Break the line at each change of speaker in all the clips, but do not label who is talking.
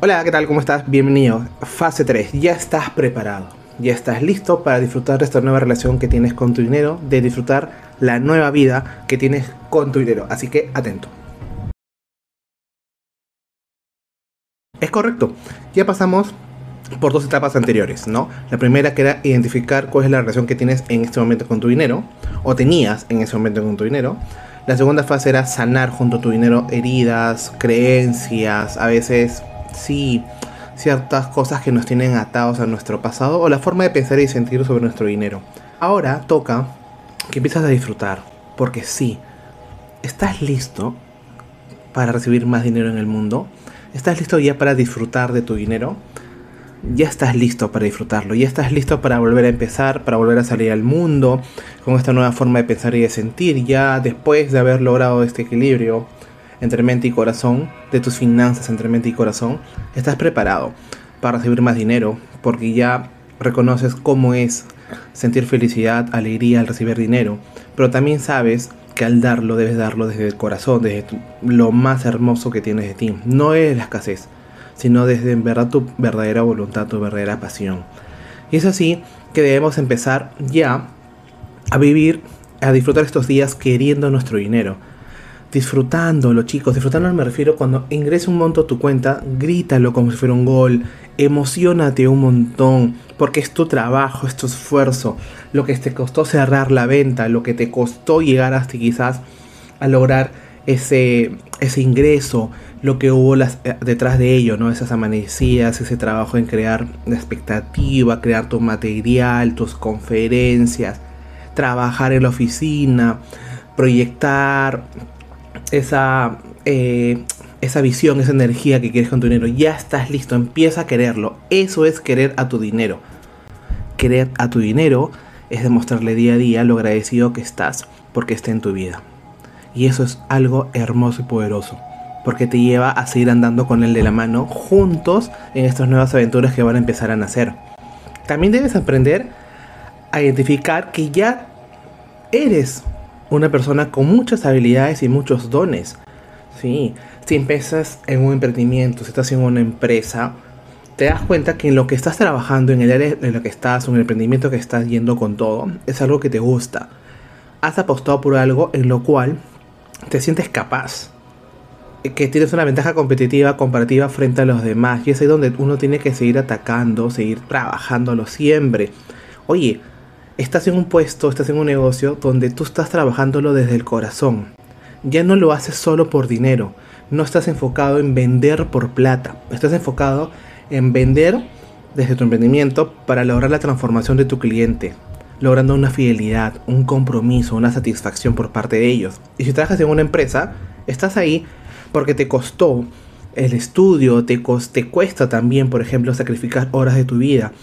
Hola, ¿qué tal? ¿Cómo estás? Bienvenido. Fase 3. Ya estás preparado. Ya estás listo para disfrutar de esta nueva relación que tienes con tu dinero, de disfrutar la nueva vida que tienes con tu dinero. Así que atento. Es correcto. Ya pasamos por dos etapas anteriores, ¿no? La primera que era identificar cuál es la relación que tienes en este momento con tu dinero, o tenías en ese momento con tu dinero. La segunda fase era sanar junto a tu dinero heridas, creencias, a veces sí, ciertas cosas que nos tienen atados a nuestro pasado o la forma de pensar y sentir sobre nuestro dinero. Ahora toca que empieces a disfrutar, porque sí, estás listo para recibir más dinero en el mundo. ¿Estás listo ya para disfrutar de tu dinero? Ya estás listo para disfrutarlo, ya estás listo para volver a empezar, para volver a salir al mundo con esta nueva forma de pensar y de sentir, ya después de haber logrado este equilibrio entre mente y corazón, de tus finanzas entre mente y corazón, estás preparado para recibir más dinero, porque ya reconoces cómo es sentir felicidad, alegría al recibir dinero, pero también sabes que al darlo debes darlo desde el corazón, desde lo más hermoso que tienes de ti, no es la escasez, sino desde en verdad tu verdadera voluntad, tu verdadera pasión. Y es así que debemos empezar ya a vivir, a disfrutar estos días queriendo nuestro dinero. Disfrutándolo, chicos. Disfrutándolo me refiero cuando ingrese un monto a tu cuenta, grítalo como si fuera un gol. Emocionate un montón, porque es tu trabajo, es tu esfuerzo, lo que te costó cerrar la venta, lo que te costó llegar hasta quizás a lograr ese ingreso, lo que hubo detrás de ello, ¿no? Esas amanecidas, ese trabajo en crear la expectativa, crear tu material, tus conferencias, trabajar en la oficina, proyectar esa visión, esa energía que quieres con tu dinero. Ya estás listo, empieza a quererlo. Eso es querer a tu dinero. Querer a tu dinero es demostrarle día a día lo agradecido que estás porque está en tu vida. Y eso es algo hermoso y poderoso, porque te lleva a seguir andando con él de la mano, juntos en estas nuevas aventuras que van a empezar a nacer. También debes aprender a identificar que ya eres una persona con muchas habilidades y muchos dones. Sí, si empiezas en un emprendimiento, si estás en una empresa, te das cuenta que en lo que estás trabajando, en el área en lo que estás, o en el emprendimiento que estás yendo con todo, es algo que te gusta. Has apostado por algo en lo cual te sientes capaz, que tienes una ventaja competitiva comparativa frente a los demás, y es ahí donde uno tiene que seguir atacando, seguir trabajándolo siempre. Oye, estás en un puesto, estás en un negocio donde tú estás trabajándolo desde el corazón. Ya no lo haces solo por dinero, no estás enfocado en vender por plata, estás enfocado en vender desde tu emprendimiento para lograr la transformación de tu cliente, logrando una fidelidad, un compromiso, una satisfacción por parte de ellos. Y si trabajas en una empresa, estás ahí porque te costó el estudio, te cuesta también, por ejemplo, sacrificar horas de tu vida.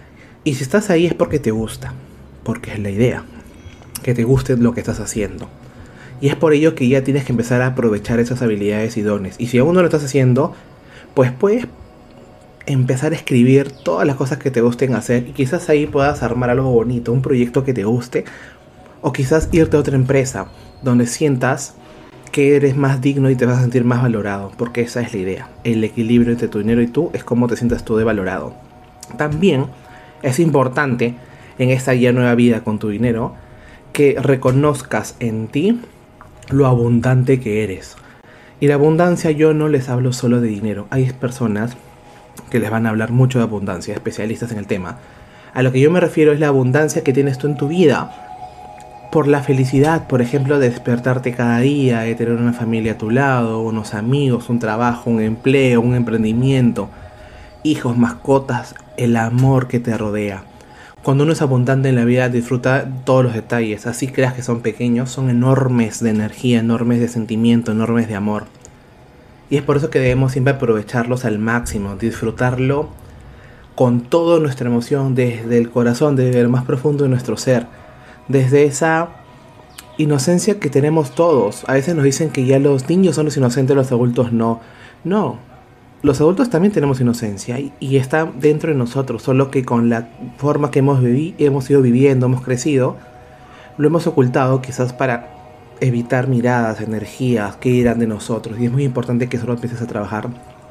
Y si estás ahí es porque te gusta, porque es la idea, que te guste lo que estás haciendo. Y es por ello que ya tienes que empezar a aprovechar esas habilidades y dones. Y si aún no lo estás haciendo, pues puedes empezar a escribir todas las cosas que te gusten hacer y quizás ahí puedas armar algo bonito, un proyecto que te guste, o quizás irte a otra empresa donde sientas que eres más digno y te vas a sentir más valorado, porque esa es la idea. El equilibrio entre tu dinero y tú es cómo te sientas tú de valorado. También es importante en esta ya nueva vida con tu dinero que reconozcas en ti lo abundante que eres. Y la abundancia, yo no les hablo solo de dinero. Hay personas que les van a hablar mucho de abundancia, especialistas en el tema. A lo que yo me refiero es la abundancia que tienes tú en tu vida por la felicidad, por ejemplo, de despertarte cada día, de tener una familia a tu lado, unos amigos, un trabajo, un empleo, un emprendimiento, hijos, mascotas, el amor que te rodea. Cuando uno es abundante en la vida, disfruta todos los detalles, así creas que son pequeños, son enormes de energía, enormes de sentimiento, enormes de amor. Y es por eso que debemos siempre aprovecharlos al máximo, disfrutarlo con toda nuestra emoción, desde el corazón, desde lo más profundo de nuestro ser, desde esa inocencia que tenemos todos. A veces nos dicen que ya los niños son los inocentes, los adultos no. No, los adultos también tenemos inocencia y está dentro de nosotros, solo que con la forma que hemos ido viviendo, hemos crecido, lo hemos ocultado quizás para evitar miradas, energías que irán de nosotros. Y es muy importante que solo empieces a trabajar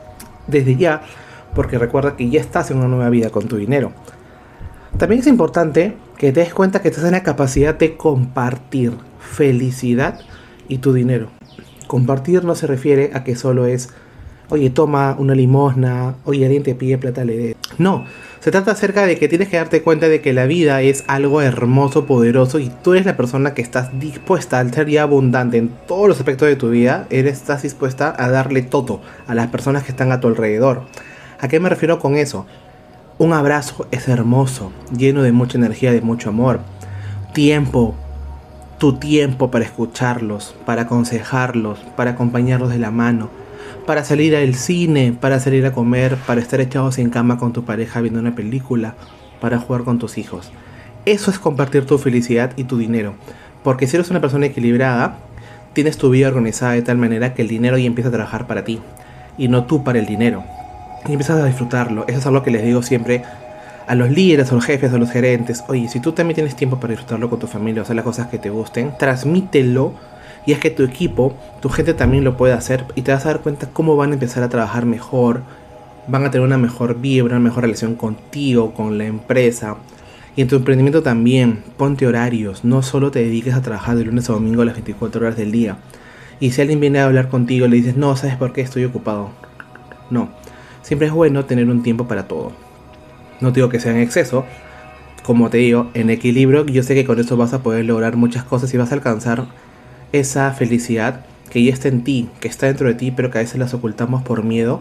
desde ya, porque recuerda que ya estás en una nueva vida con tu dinero. También es importante que te des cuenta que estás en la capacidad de compartir felicidad y tu dinero. Compartir no se refiere a que solo es, oye, toma una limosna, oye, alguien te pide plata, le dé. No, se trata acerca de que tienes que darte cuenta de que la vida es algo hermoso, poderoso, y tú eres la persona que estás dispuesta al ser ya abundante en todos los aspectos de tu vida. Estás dispuesta a darle todo a las personas que están a tu alrededor. ¿A qué me refiero con eso? Un abrazo es hermoso, lleno de mucha energía, de mucho amor. Tiempo, tu tiempo para escucharlos, para aconsejarlos, para acompañarlos de la mano, para salir al cine, para salir a comer, para estar echados en cama con tu pareja viendo una película, para jugar con tus hijos. Eso es compartir tu felicidad y tu dinero. Porque si eres una persona equilibrada, tienes tu vida organizada de tal manera que el dinero ya empieza a trabajar para ti y no tú para el dinero. Y empiezas a disfrutarlo. Eso es algo que les digo siempre a los líderes, a los jefes, a los gerentes. Oye, si tú también tienes tiempo para disfrutarlo con tu familia, o hacer las cosas que te gusten, transmítelo. Y es que tu equipo, tu gente también lo puede hacer. Y te vas a dar cuenta cómo van a empezar a trabajar mejor. Van a tener una mejor vibra, una mejor relación contigo, con la empresa. Y en tu emprendimiento también, ponte horarios. No solo te dediques a trabajar de lunes a domingo a las 24 horas del día. Y si alguien viene a hablar contigo, le dices, no, ¿sabes por qué? Estoy ocupado. No. Siempre es bueno tener un tiempo para todo. No digo que sea en exceso, como te digo, en equilibrio. Yo sé que con eso vas a poder lograr muchas cosas y vas a alcanzar esa felicidad que ya está en ti, que está dentro de ti, pero que a veces las ocultamos por miedo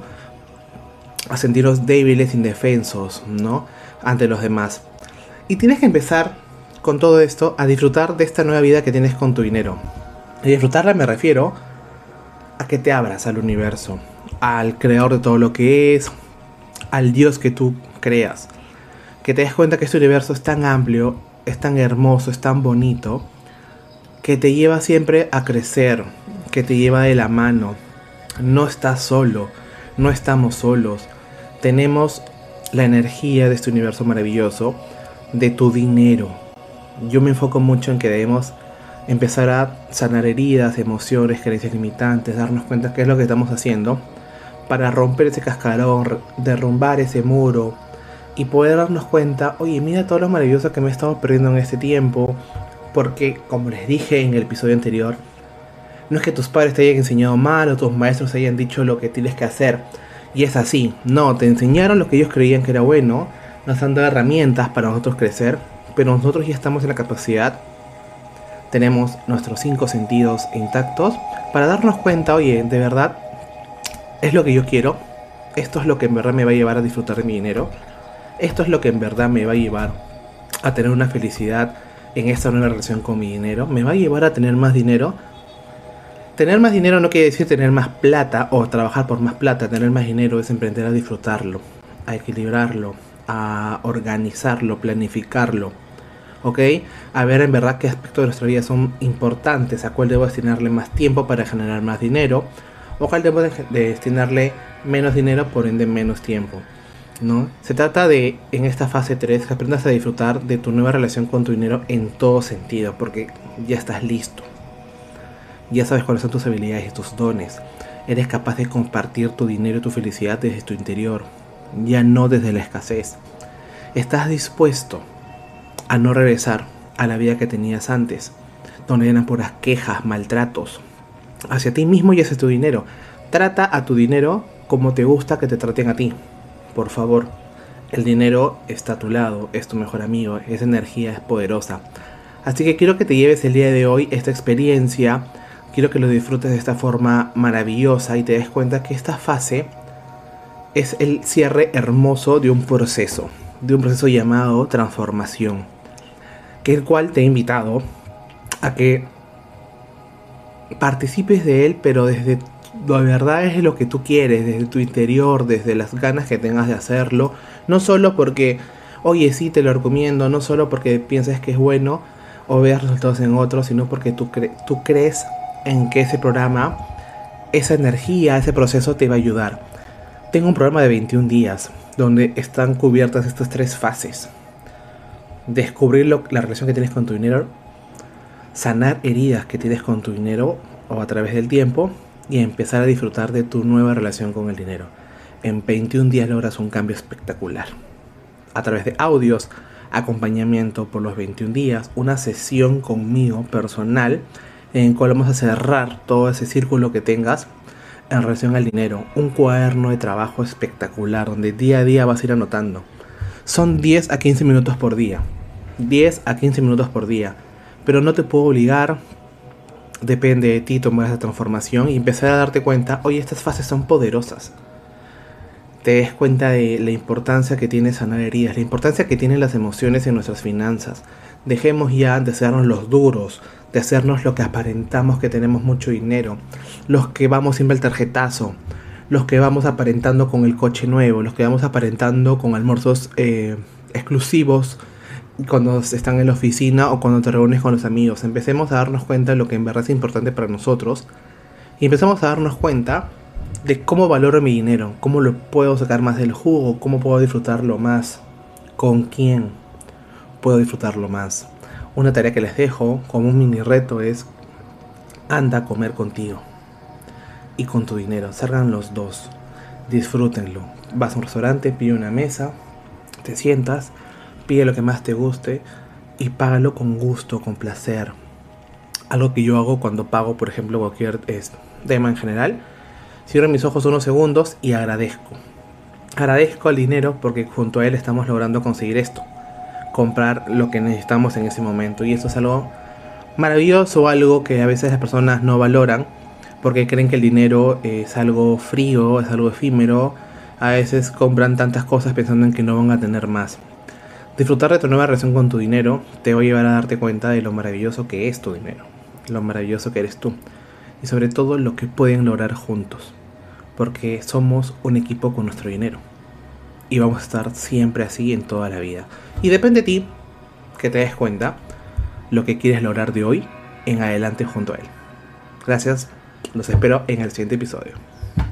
a sentirnos débiles, indefensos, ¿no? Ante los demás. Y tienes que empezar con todo esto a disfrutar de esta nueva vida que tienes con tu dinero. Y disfrutarla me refiero a que te abras al universo, al creador de todo lo que es, al Dios que tú creas. Que te des cuenta que este universo es tan amplio, es tan hermoso, es tan bonito, que te lleva siempre a crecer, que te lleva de la mano. No estás solo, no estamos solos. Tenemos la energía de este universo maravilloso, de tu dinero. Yo me enfoco mucho en que debemos empezar a sanar heridas, emociones, creencias limitantes, darnos cuenta qué es lo que estamos haciendo para romper ese cascarón, derrumbar ese muro y poder darnos cuenta, oye, mira todo lo maravilloso que me he estado perdiendo en este tiempo. Porque, como les dije en el episodio anterior, no es que tus padres te hayan enseñado mal o tus maestros te hayan dicho lo que tienes que hacer y es así. No, te enseñaron lo que ellos creían que era bueno, nos han dado herramientas para nosotros crecer, pero nosotros ya estamos en la capacidad, tenemos nuestros 5 sentidos intactos para darnos cuenta, oye, de verdad, es lo que yo quiero, esto es lo que en verdad me va a llevar a disfrutar de mi dinero, esto es lo que en verdad me va a llevar a tener una felicidad en esta nueva relación con mi dinero, me va a llevar a tener más dinero. Tener más dinero no quiere decir tener más plata o trabajar por más plata. Tener más dinero es emprender a disfrutarlo, a equilibrarlo, a organizarlo, planificarlo, ¿ok? A ver en verdad qué aspectos de nuestra vida son importantes, a cuál debo destinarle más tiempo para generar más dinero, o cuál debo destinarle menos dinero, por ende menos tiempo, ¿no? Se trata de, en esta fase 3, que aprendas a disfrutar de tu nueva relación con tu dinero en todo sentido, porque ya estás listo. Ya sabes cuáles son tus habilidades y tus dones. Eres capaz de compartir tu dinero y tu felicidad desde tu interior, ya no desde la escasez. Estás dispuesto a no regresar a la vida que tenías antes, donde eran puras quejas, maltratos hacia ti mismo y hacia tu dinero. Trata a tu dinero como te gusta que te traten a ti. Por favor, el dinero está a tu lado, es tu mejor amigo, esa energía es poderosa. Así que quiero que te lleves el día de hoy esta experiencia. Quiero que lo disfrutes de esta forma maravillosa y te des cuenta que esta fase es el cierre hermoso de un proceso llamado transformación, que el cual te he invitado a que participes de él, pero desde la verdad es lo que tú quieres, desde tu interior, desde las ganas que tengas de hacerlo, no solo porque, oye, sí te lo recomiendo, no solo porque piensas que es bueno o veas resultados en otros, sino porque tú crees en que ese programa, esa energía, ese proceso te va a ayudar. Tengo un programa de 21 días donde están cubiertas estas 3 fases. Descubrir la relación que tienes con tu dinero, sanar heridas que tienes con tu dinero o a través del tiempo y empezar a disfrutar de tu nueva relación con el dinero. en 21 días logras un cambio espectacular. A través de audios, acompañamiento por los 21 días, una sesión conmigo personal en la cual vamos a cerrar todo ese círculo que tengas en relación al dinero. Un cuaderno de trabajo espectacular donde día a día vas a ir anotando. Son 10 a 15 minutos por día. 10 a 15 minutos por día. Pero no te puedo obligar. Depende de ti tomar esa transformación y empezar a darte cuenta, oye, estas fases son poderosas. Te des cuenta de la importancia que tiene sanar heridas, la importancia que tienen las emociones en nuestras finanzas. Dejemos ya de hacernos los duros, de hacernos lo que aparentamos que tenemos mucho dinero, los que vamos siempre al tarjetazo, los que vamos aparentando con el coche nuevo, los que vamos aparentando con almuerzos exclusivos cuando están en la oficina o cuando te reúnes con los amigos. Empecemos a darnos cuenta de lo que en verdad es importante para nosotros y empezamos a darnos cuenta de cómo valoro mi dinero, cómo lo puedo sacar más del jugo, cómo puedo disfrutarlo más, con quién puedo disfrutarlo más. Una tarea que les dejo como un mini reto es: anda a comer contigo y con tu dinero, salgan los dos, disfrútenlo. Vas a un restaurante, pide una mesa, te sientas, pide lo que más te guste y págalo con gusto, con placer. Algo que yo hago cuando pago, por ejemplo, cualquier tema en general: cierro mis ojos unos segundos y agradezco. Agradezco al dinero porque junto a él estamos logrando conseguir esto. Comprar lo que necesitamos en ese momento. Y eso es algo maravilloso, algo que a veces las personas no valoran porque creen que el dinero es algo frío, es algo efímero. A veces compran tantas cosas pensando en que no van a tener más. Disfrutar de tu nueva relación con tu dinero te va a llevar a darte cuenta de lo maravilloso que es tu dinero, lo maravilloso que eres tú y sobre todo lo que pueden lograr juntos, porque somos un equipo con nuestro dinero y vamos a estar siempre así en toda la vida. Y depende de ti que te des cuenta lo que quieres lograr de hoy en adelante junto a él. Gracias, los espero en el siguiente episodio.